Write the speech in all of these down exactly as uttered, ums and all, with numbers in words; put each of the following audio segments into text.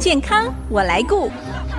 健康我来顾。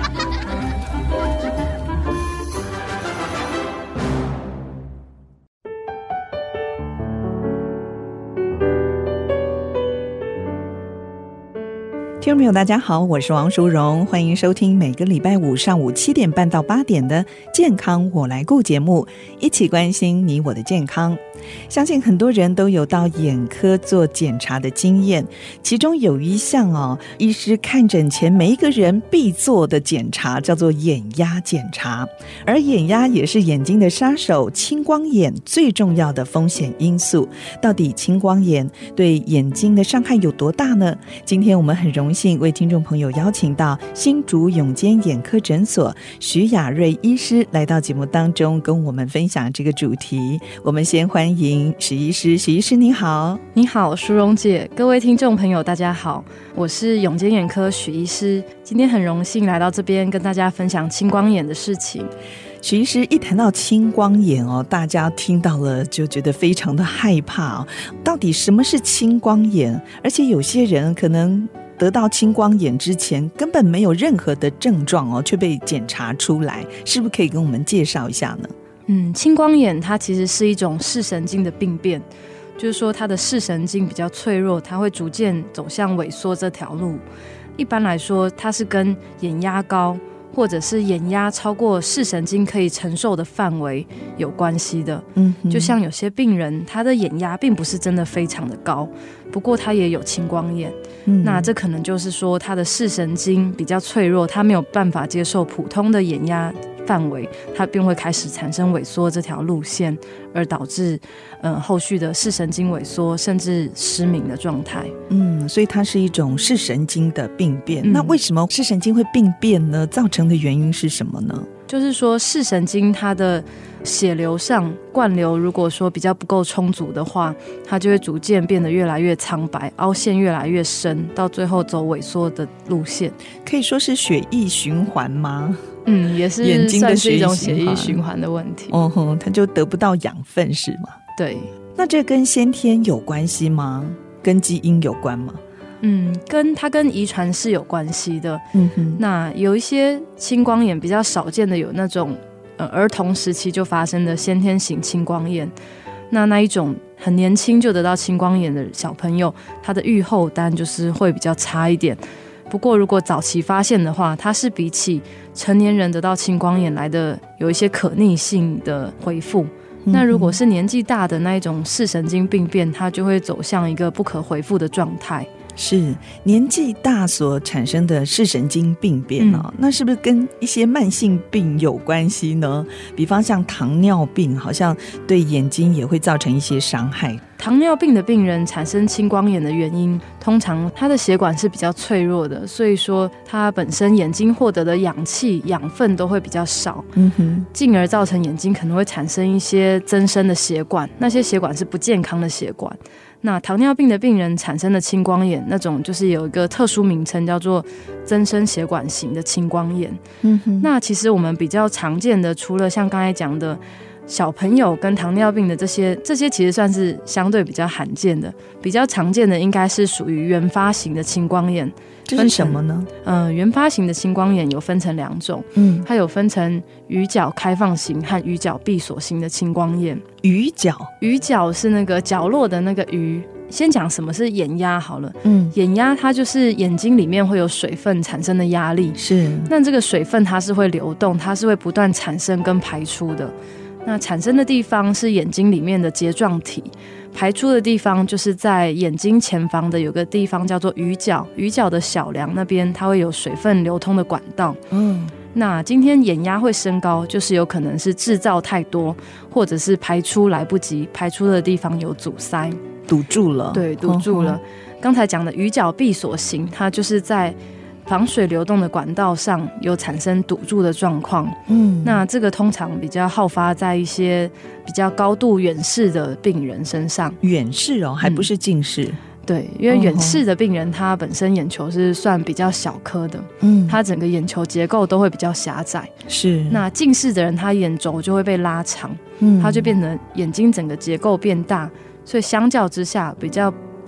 听众朋友大家好，我是王淑荣，欢迎收听每个礼拜五上午七点半到八点的健康我来顾节目，一起关心你我的健康。相信很多人都有到眼科做检查的经验，其中有一项哦，医师看诊前每一个人必做的检查叫做眼压检查，而眼压也是眼睛的杀手，青光眼最重要的风险因素。到底青光眼对眼睛的伤害有多大呢？今天我们很荣幸为听众朋友邀请到新竹永坚眼科诊所徐雅瑞医师来到节目当中，跟我们分享这个主题。我们先欢迎徐医师。徐医师你好。 你好淑荣姐，各位听众朋友大家好，我是永坚眼科许医师，今天很荣幸来到这边跟大家分享青光眼的事情。 徐医师一谈到青光眼哦，大家听到了就觉得非常的害怕哦。到底什么是青光眼？而且有些人可能得到青光眼之前根本没有任何的症状哦，却被检查出来，是不是可以跟我们介绍一下呢？ 嗯，青光眼它其实是一种视神经的病变，就是说它的视神经比较脆弱，它会逐渐走向萎缩这条路。一般来说，它是跟眼压高或者是眼压超过视神经可以承受的范围有关系的。嗯，就像有些病人他的眼压并不是真的非常的高，不过他也有青光眼。嗯，那这可能就是说他的视神经比较脆弱，他没有办法接受普通的眼压范围，它便会开始产生萎缩这条路线，而导致、呃、后续的视神经萎缩甚至失明的状态。 嗯，所以它是一种视神经的病变、嗯、那为什么视神经会病变呢？造成的原因是什么呢？ 就是说视神经它的血流上灌流如果说比较不够充足的话，它就会逐渐变得越来越苍白，凹陷越来越深，到最后走萎缩的路线。 可以说是血液循环吗？ 嗯，也是眼睛的算是一种血液循环的问题。 哦哼，它就得不到养分是吗？ 对。 那这跟先天有关系吗？跟基因有关吗？ 嗯，跟它跟遗传是有关系的。嗯哼，那有一些青光眼比较少见的，有那种、呃、儿童时期就发生的先天型青光眼。那那一种很年轻就得到青光眼的小朋友，他的预后当然就是会比较差一点。不过如果早期发现的话，它是比起成年人得到青光眼来的有一些可逆性的恢复。嗯、那如果是年纪大的那一种视神经病变，它就会走向一个不可恢复的状态。 是年纪大所产生的视神经病变、哦嗯、那是不是跟一些慢性病有关系呢？比方像糖尿病，好像对眼睛也会造成一些伤害。 糖尿病的病人产生青光眼的原因，通常他的血管是比较脆弱的，所以说他本身眼睛获得的氧气养分都会比较少，嗯哼，进而造成眼睛可能会产生一些增生的血管，那些血管是不健康的血管。那糖尿病的病人产生的青光眼，那种就是有一个特殊名称叫做增生血管型的青光眼。嗯哼，那其实我们比较常见的，除了像刚才讲的小朋友跟糖尿病的这些，这些其实算是相对比较罕见的。比较常见的应该是属于原发型的青光眼。 这是什么呢？ 呃，原发型的青光眼有分成两种，嗯，它有分成鱼角开放型和鱼角闭锁型的青光眼。 鱼角， 鱼角是那个角落的那个鱼。先讲什么是眼压好了，嗯，眼压它就是眼睛里面会有水分产生的压力，是。那这个水分它是会流动，它是会不断产生跟排出的。那产生的地方是眼睛里面的睫状体，排出的地方就是在眼睛前方的有个地方叫做鱼角，鱼角的小梁那边它会有水分流通的管道。嗯，那今天眼压会升高，就是有可能是制造太多，或者是排出来不及，排出的地方有阻塞， 堵住了。 对，堵住了。刚才讲的鱼角闭锁型，它就是在防水流动的管道上有产生堵住的状况。嗯，那这个通常比较好发在一些比较高度远视的病人身上。 远视哦，还不是近视。嗯， 对，因为远视的病人他本身眼球是算比较小颗的，嗯，他整个眼球结构都会比较狭窄。是，那近视的人他眼轴就会被拉长，嗯，他就变成眼睛整个结构变大，所以相较之下比较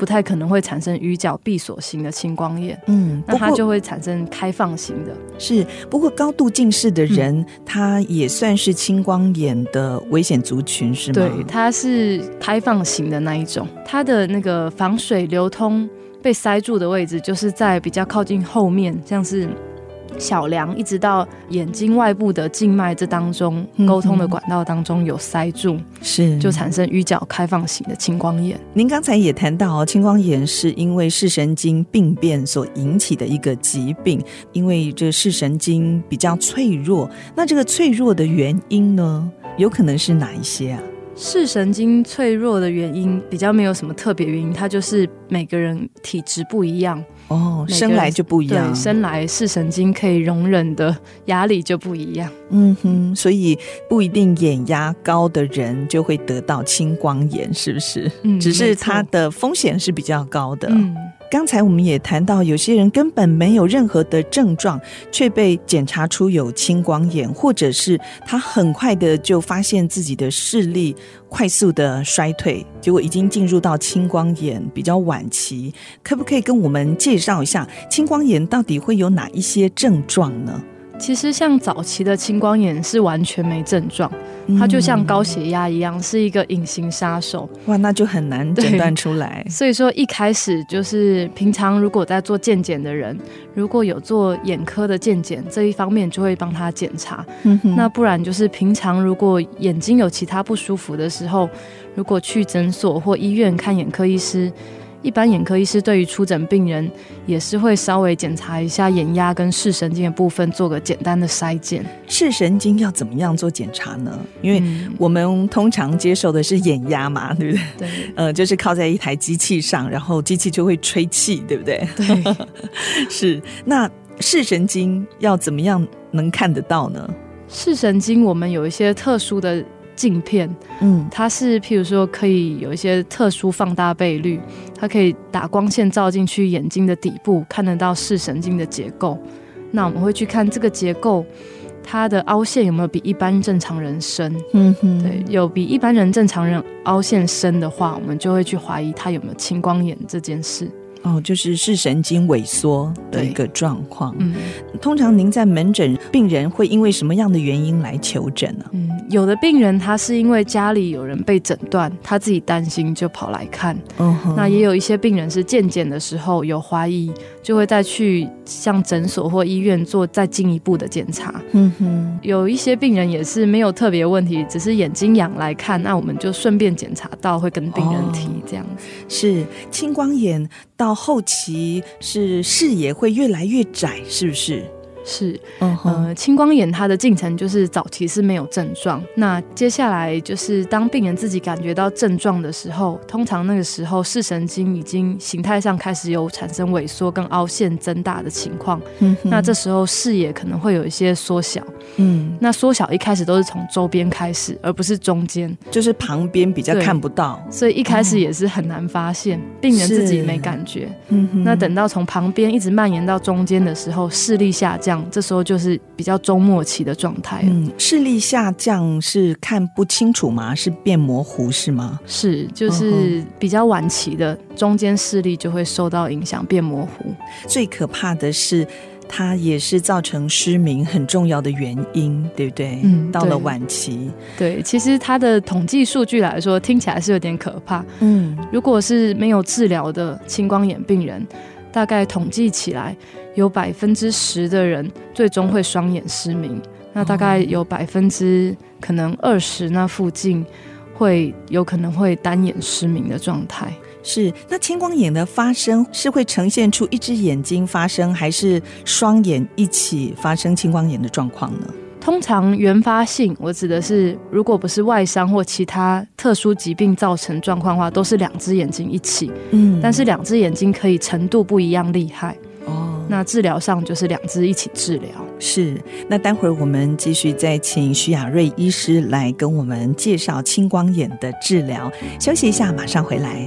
不太可能会产生鱼角闭锁型的青光眼， 嗯， 那它就会产生开放型的。 是，不过高度近视的人、嗯、他也算是青光眼的危险族群是吗？ 对，它是开放型的那一种，它的那个防水流通被塞住的位置就是在比较靠近后面，像是小梁一直到眼睛外部的静脉这当中沟通的管道当中有塞住， 是就产生鱼角开放型的青光眼。 您刚才也谈到、哦、青光眼是因为视神经病变所引起的一个疾病，因为这视神经比较脆弱，那这个脆弱的原因呢，有可能是哪一些啊？ 视神经脆弱的原因比较没有什么特别原因，它就是每个人体质不一样哦，生来就不一样， 对，生来视神经可以容忍的压力就不一样。 嗯哼，所以不一定眼压高的人就会得到青光眼，是不是？嗯，只是它的风险是比较高的。嗯。刚才我们也谈到，有些人根本没有任何的症状，却被检查出有青光眼，或者是他很快的就发现自己的视力快速的衰退，结果已经进入到青光眼比较晚期。可不可以跟我们介绍一下青光眼到底会有哪一些症状呢？ 其实像早期的青光眼是完全没症状，它就像高血压一样，是一个隐形杀手。 哇，那就很难诊断出来。 所以说一开始就是平常如果在做健检的人，如果有做眼科的健检，这一方面就会帮他检查、嗯、那不然就是平常如果眼睛有其他不舒服的时候，如果去诊所或医院看眼科医师，一般眼科医师对于初诊病人也是会稍微检查一下眼压跟视神经的部分，做个简单的筛检。 视神经要怎么样做检查呢？因为我们通常接受的是眼压嘛，对不对？对，呃，就是靠在一台机器上，然后机器就会吹气，对不对？ 对， 是。那视神经要怎么样能看得到呢？ 视神经我们有一些特殊的镜片，嗯，它是譬如说可以有一些特殊放大倍率，它可以打光线照进去眼睛的底部，看得到视神经的结构。那我们会去看这个结构，它的凹陷有没有比一般正常人深？嗯哼，对，有比一般人正常人凹陷深的话，我们就会去怀疑他有没有青光眼这件事。 哦，就是视神经萎缩的一个状况。嗯，通常您在门诊，病人会因为什么样的原因来求诊呢？ 嗯，有的病人他是因为家里有人被诊断，他自己担心就跑来看。嗯，那也有一些病人是健检的时候有怀疑，就会再去像诊所或医院做再进一步的检查。嗯哼，有一些病人也是没有特别问题，只是眼睛痒来看，那我们就顺便检查到，会跟病人提这样子。 哦，是青光眼到后期是视野会越来越窄，是不是？ 是，呃，青光眼它的进程就是早期是没有症状，那接下来就是当病人自己感觉到症状的时候，通常那个时候视神经已经形态上开始有产生萎缩跟凹陷增大的情况，嗯，那这时候视野可能会有一些缩小，嗯，那缩小一开始都是从周边开始，而不是中间， 就是旁边比较看不到， 所以一开始也是很难发现，哦，病人自己没感觉，嗯，那等到从旁边一直蔓延到中间的时候，视力下降，这时候就是比较中末期的状态。 嗯，视力下降是看不清楚吗？是变模糊是吗？ 是，就是比较晚期的中间视力就会受到影响变模糊。 最可怕的是它也是造成失明很重要的原因，对不对？嗯，到了晚期， 对，其实它的统计数据来说听起来是有点可怕。嗯，如果是没有治疗的青光眼病人，大概统计起来有百分之十的人最终会双眼失明，那大概有百分之可能二十那附近会有可能会单眼失明的状态。 是，那青光眼的发生是会呈现出一只眼睛发生，还是双眼一起发生青光眼的状况呢？ 通常原发性，我指的是如果不是外伤或其他特殊疾病造成状况的话，都是两只眼睛一起，嗯，但是两只眼睛可以程度不一样厉害。哦，那治疗上就是两只一起治疗。 是，那待会儿我们继续再请徐雅瑞医师来跟我们介绍青光眼的治疗。休息一下，马上回来。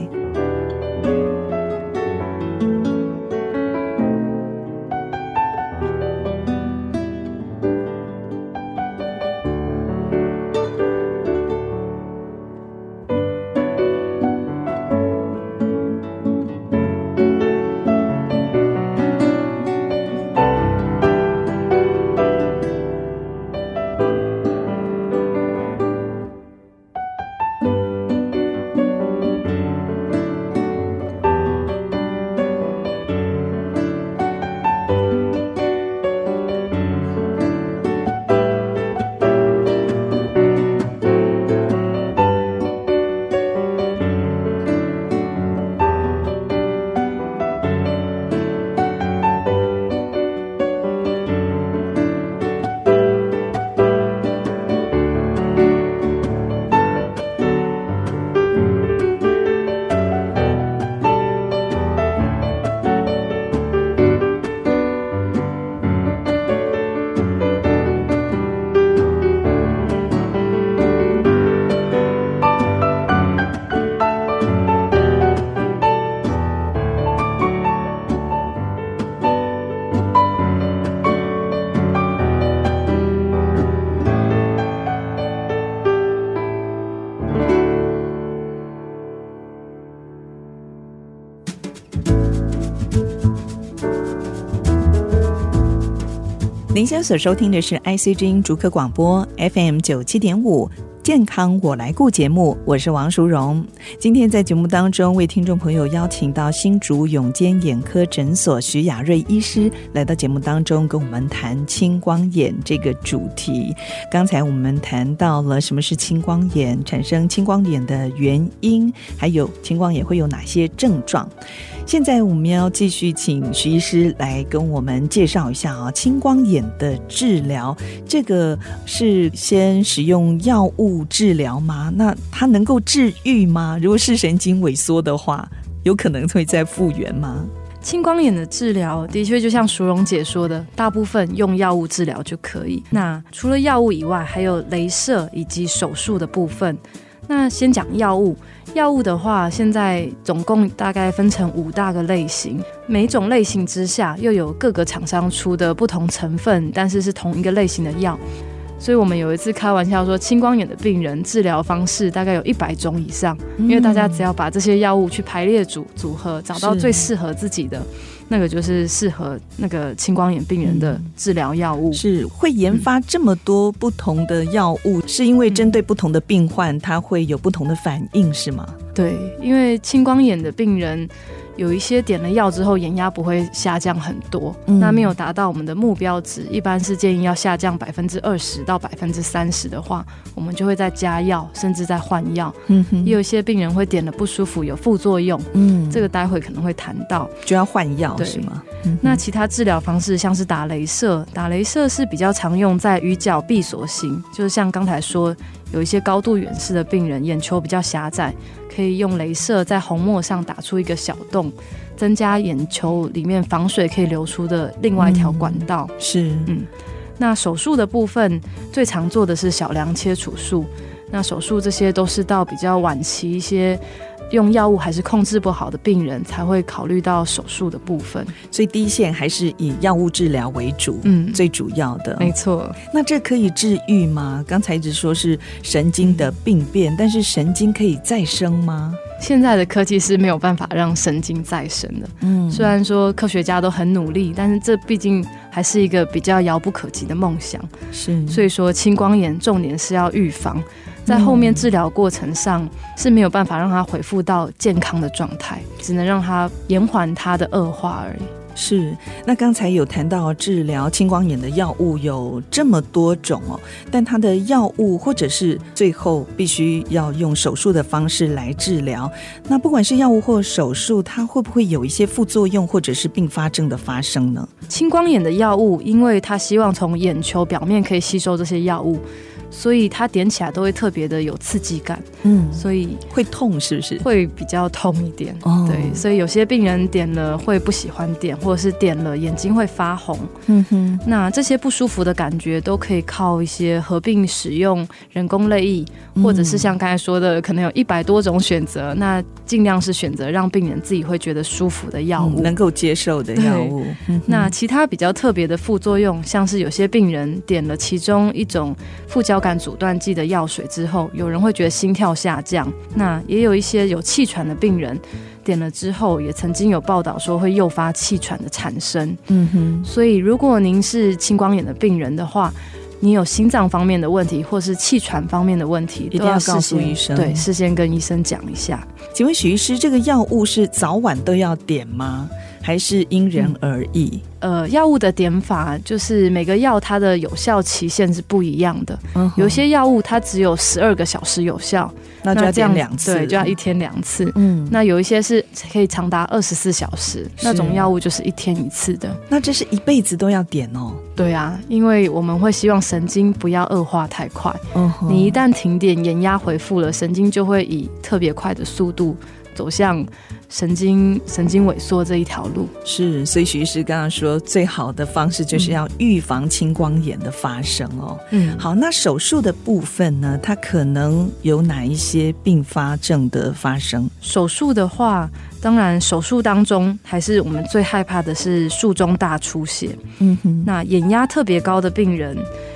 您现在所收听的是 I C 之音竹科广播 F M 九七点五健康我来顾节目，我是王淑荣。今天在节目当中为听众朋友邀请到新竹永坚眼科诊所徐雅瑞医师来到节目当中，跟我们谈青光眼这个主题。刚才我们谈到了什么是青光眼，产生青光眼的原因，还有青光眼会有哪些症状。现在我们要继续请徐医师来跟我们介绍一下啊，青光眼的治疗，这个是先使用药物治疗吗？那它能够治愈吗？如果视神经萎缩的话，有可能会再复原吗？ 青光眼的治疗的确就像淑荣姐说的，大部分用药物治疗就可以。那除了药物以外，还有雷射以及手术的部分。那先讲药物，药物的话，现在总共大概分成五大个类型，每种类型之下又有各个厂商出的不同成分，但是是同一个类型的药。所以我们有一次开玩笑说，青光眼的病人治疗方式大概有一百种以上，因为大家只要把这些药物去排列组组合，找到最适合自己的，那个就是适合那个青光眼病人的治疗药物。 是会研发这么多不同的药物，是因为针对不同的病患，它会有不同的反应，是吗？ 对，因为青光眼的病人有一些点了药之后眼压不会下降很多、嗯、那没有达到我们的目标值，一般是建议要下降百分之二十到百分之三十的话，我们就会再加药，甚至再换药、嗯、也有一些病人会点了不舒服有副作用、嗯、这个待会可能会谈到， 就要换药是吗？ 嗯、那其他治疗方式像是打雷射，打雷射是比较常用在鱼角闭锁型，就是像刚才说有一些高度远视的病人眼球比较狭窄，可以用雷射在虹膜上打出一个小洞，增加眼球里面防水可以流出的另外一条管道、 嗯、是嗯，那手术的部分最常做的是小梁切除术，那手术这些都是到比较晚期一些用药物还是控制不好的病人才会考虑到手术的部分， 所以第一线还是以药物治疗为主，嗯，最主要的， 没错。 那这可以治愈吗？刚才一直说是神经的病变，但是神经可以再生吗？ 现在的科技是没有办法让神经再生的，嗯，虽然说科学家都很努力，但是这毕竟还是一个比较遥不可及的梦想，是，所以说青光眼重点是要预防，在后面治疗过程上是没有办法让它恢复到健康的状态，只能让它延缓它的恶化而已。 是，那刚才有谈到治疗青光眼的药物有这么多种哦，但它的药物或者是最后必须要用手术的方式来治疗，那不管是药物或手术，它会不会有一些副作用或者是并发症的发生呢？ 青光眼的药物，因为它希望从眼球表面可以吸收这些药物，所以它点起来都会特别的有刺激感，嗯，所以会痛是不是？ 会比较痛一点、哦、对，所以有些病人点了会不喜欢点，或者是点了眼睛会发红，嗯哼，那这些不舒服的感觉都可以靠一些合并使用人工泪液、嗯、或者是像刚才说的可能有一百多种选择，那尽量是选择让病人自己会觉得舒服的药物、 嗯、能够接受的药物、嗯、 那其他比较特别的副作用，像是有些病人点了其中一种副交感阻断剂的药水之后，有人会觉得心跳下降，那也有一些有气喘的病人点了之后也曾经有报道说会诱发气喘的产生，嗯哼，所以如果您是青光眼的病人的话，你有心脏方面的问题或是气喘方面的问题， 一定要告诉医生， 对，事先跟医生讲一下。 请问许医师，这个药物是早晚都要点吗？还是因人而异？ 嗯、呃，药物的点法就是每个药它的有效期限是不一样的，嗯、有些药物它只有十二个小时有效， 那就要点两次， 对，就要一天两次。嗯，那有一些是可以长达二十四小时，那种药物就是一天一次的。 那这是一辈子都要点哦？ 对啊，因为我们会希望神经不要恶化太快。嗯，你一旦停点，眼压恢复了，神经就会以特别快的速度走向神经神经萎缩这一条路。 是，所以许医师刚刚说最好的方式就是要预防青光眼的发生哦。嗯，好，那手术的部分呢，它可能有哪一些并发症的发生？ 手术的话，当然手术当中还是我们最害怕的是术中大出血。嗯哼，那眼压特别高的病人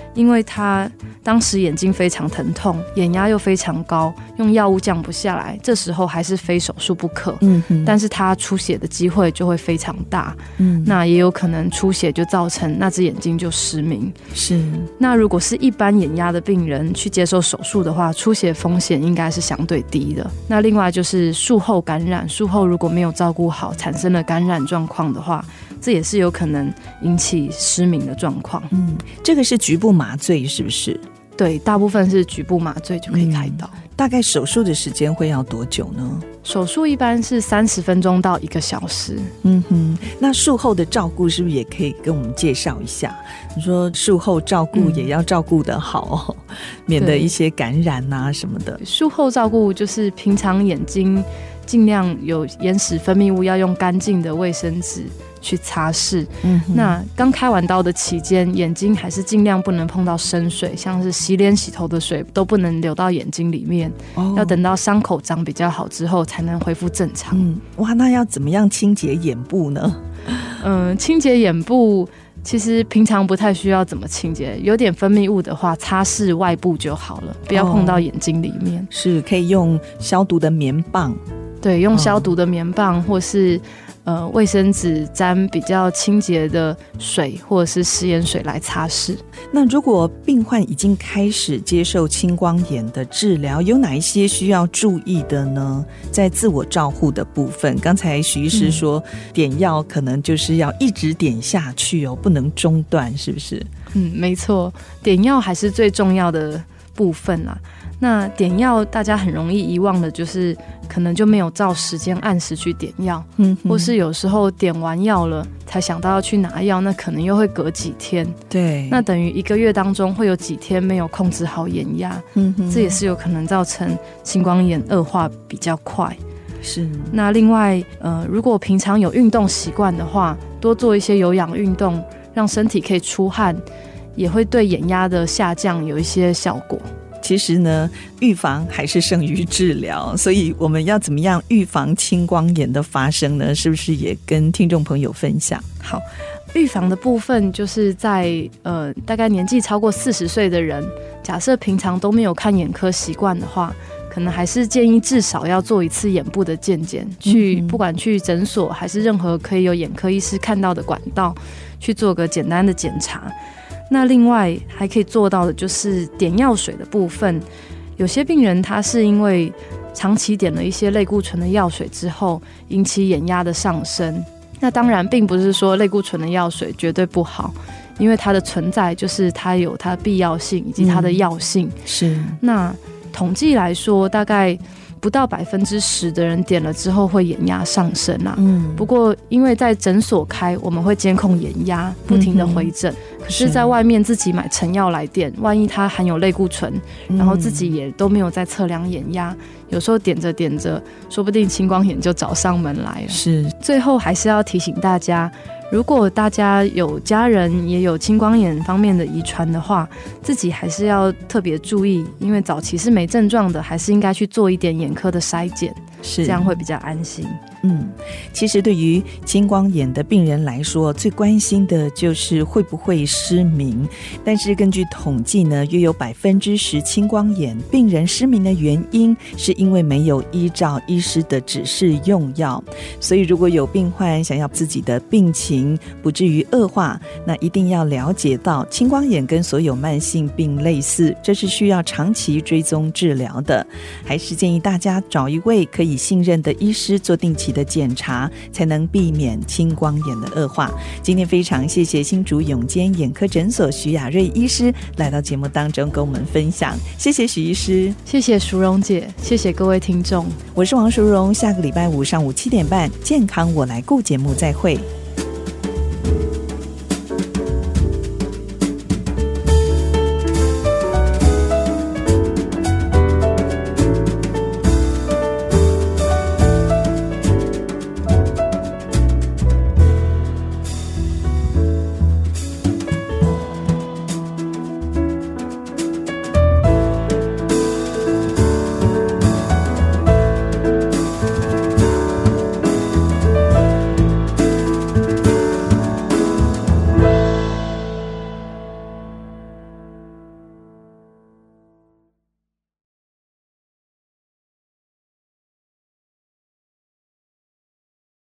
因为他当时眼睛非常疼痛，眼压又非常高，用药物降不下来，这时候还是非手术不可。嗯哼，但是他出血的机会就会非常大。嗯，那也有可能出血就造成那只眼睛就失明。是，那如果是一般眼压的病人去接受手术的话，出血风险应该是相对低的。那另外就是术后感染，术后如果没有照顾好，产生了感染状况的话，这也是有可能引起失明的状况。嗯， 这个是局部麻醉是不是？ 对，大部分是局部麻醉就可以开刀。 嗯，大概手术的时间会要多久呢？ 手术一般是三十分钟到一个小时。 嗯哼，那术后的照顾是不是也可以跟我们介绍一下？你说术后照顾也要照顾得好哦，嗯，免得一些感染啊什么的。 术后照顾就是平常眼睛尽量有眼屎分泌物，要用干净的卫生纸去擦拭。嗯，那刚开完刀的期间，眼睛还是尽量不能碰到生水，像是洗脸洗头的水都不能流到眼睛里面。哦，要等到伤口长比较好之后才能恢复正常。 嗯，哇，那要怎么样清洁眼部呢？ 嗯，清洁眼部其实平常不太需要怎么清洁，有点分泌物的话擦拭外部就好了，不要碰到眼睛里面。哦， 是可以用消毒的棉棒。 对，用消毒的棉棒，哦，或是呃卫生纸沾比较清洁的水或者是食盐水来擦拭。 那如果病患已经开始接受青光眼的治疗，有哪一些需要注意的呢？在自我照护的部分，刚才许医师说，嗯，点药可能就是要一直点下去哦，不能中断，是不是？ 嗯，没错，点药还是最重要的部分啦。那点药大家很容易遗忘的就是可能就没有照时间按时去点药。嗯，或是有时候点完药了才想到要去拿药，那可能又会隔几天。对，那等于一个月当中会有几天没有控制好眼压。嗯，这也是有可能造成青光眼恶化比较快。是，那另外呃，如果平常有运动习惯的话，多做一些有氧运动，让身体可以出汗，也会对眼压的下降有一些效果。 其实呢，预防还是胜于治疗，所以我们要怎么样预防青光眼的发生呢？是不是也跟听众朋友分享？ 好，预防的部分就是在呃大概年纪超过四十岁的人，假设平常都没有看眼科习惯的话，可能还是建议至少要做一次眼部的健检，去不管去诊所还是任何可以有眼科医师看到的管道，去做个简单的检查。那另外还可以做到的就是点药水的部分，有些病人他是因为长期点了一些类固醇的药水之后引起眼压的上升，那当然并不是说类固醇的药水绝对不好，因为它的存在就是它有它的必要性以及它的药性。嗯，是，那统计来说大概不到百分之十的人点了之后会眼压上升啊。嗯，不过因为在诊所开，我们会监控眼压，不停的回诊。嗯，可是在外面自己买成药来点，万一它含有类固醇，然后自己也都没有在测量眼压，有时候点着点着，说不定青光眼就找上门来了。是，最后还是要提醒大家，如果大家有家人也有青光眼方面的遗传的话，自己还是要特别注意，因为早期是没症状的，还是应该去做一点眼科的筛检，是这样会比较安心。 嗯，其实对于青光眼的病人来说，最关心的就是会不会失明。但是根据统计呢，约有百分之十青光眼病人失明的原因是因为没有依照医师的指示用药。所以如果有病患想要自己的病情不至于恶化，那一定要了解到青光眼跟所有慢性病类似，这是需要长期追踪治疗的。还是建议大家找一位可以信任的医师做定期的检查，才能避免青光眼的恶化。今天非常谢谢新竹永坚眼科诊所徐雅瑞医师来到节目当中跟我们分享，谢谢许医师。 谢谢淑荣姐，谢谢各位听众， 我是王淑荣，下个礼拜五上午七点半健康我来顾节目再会。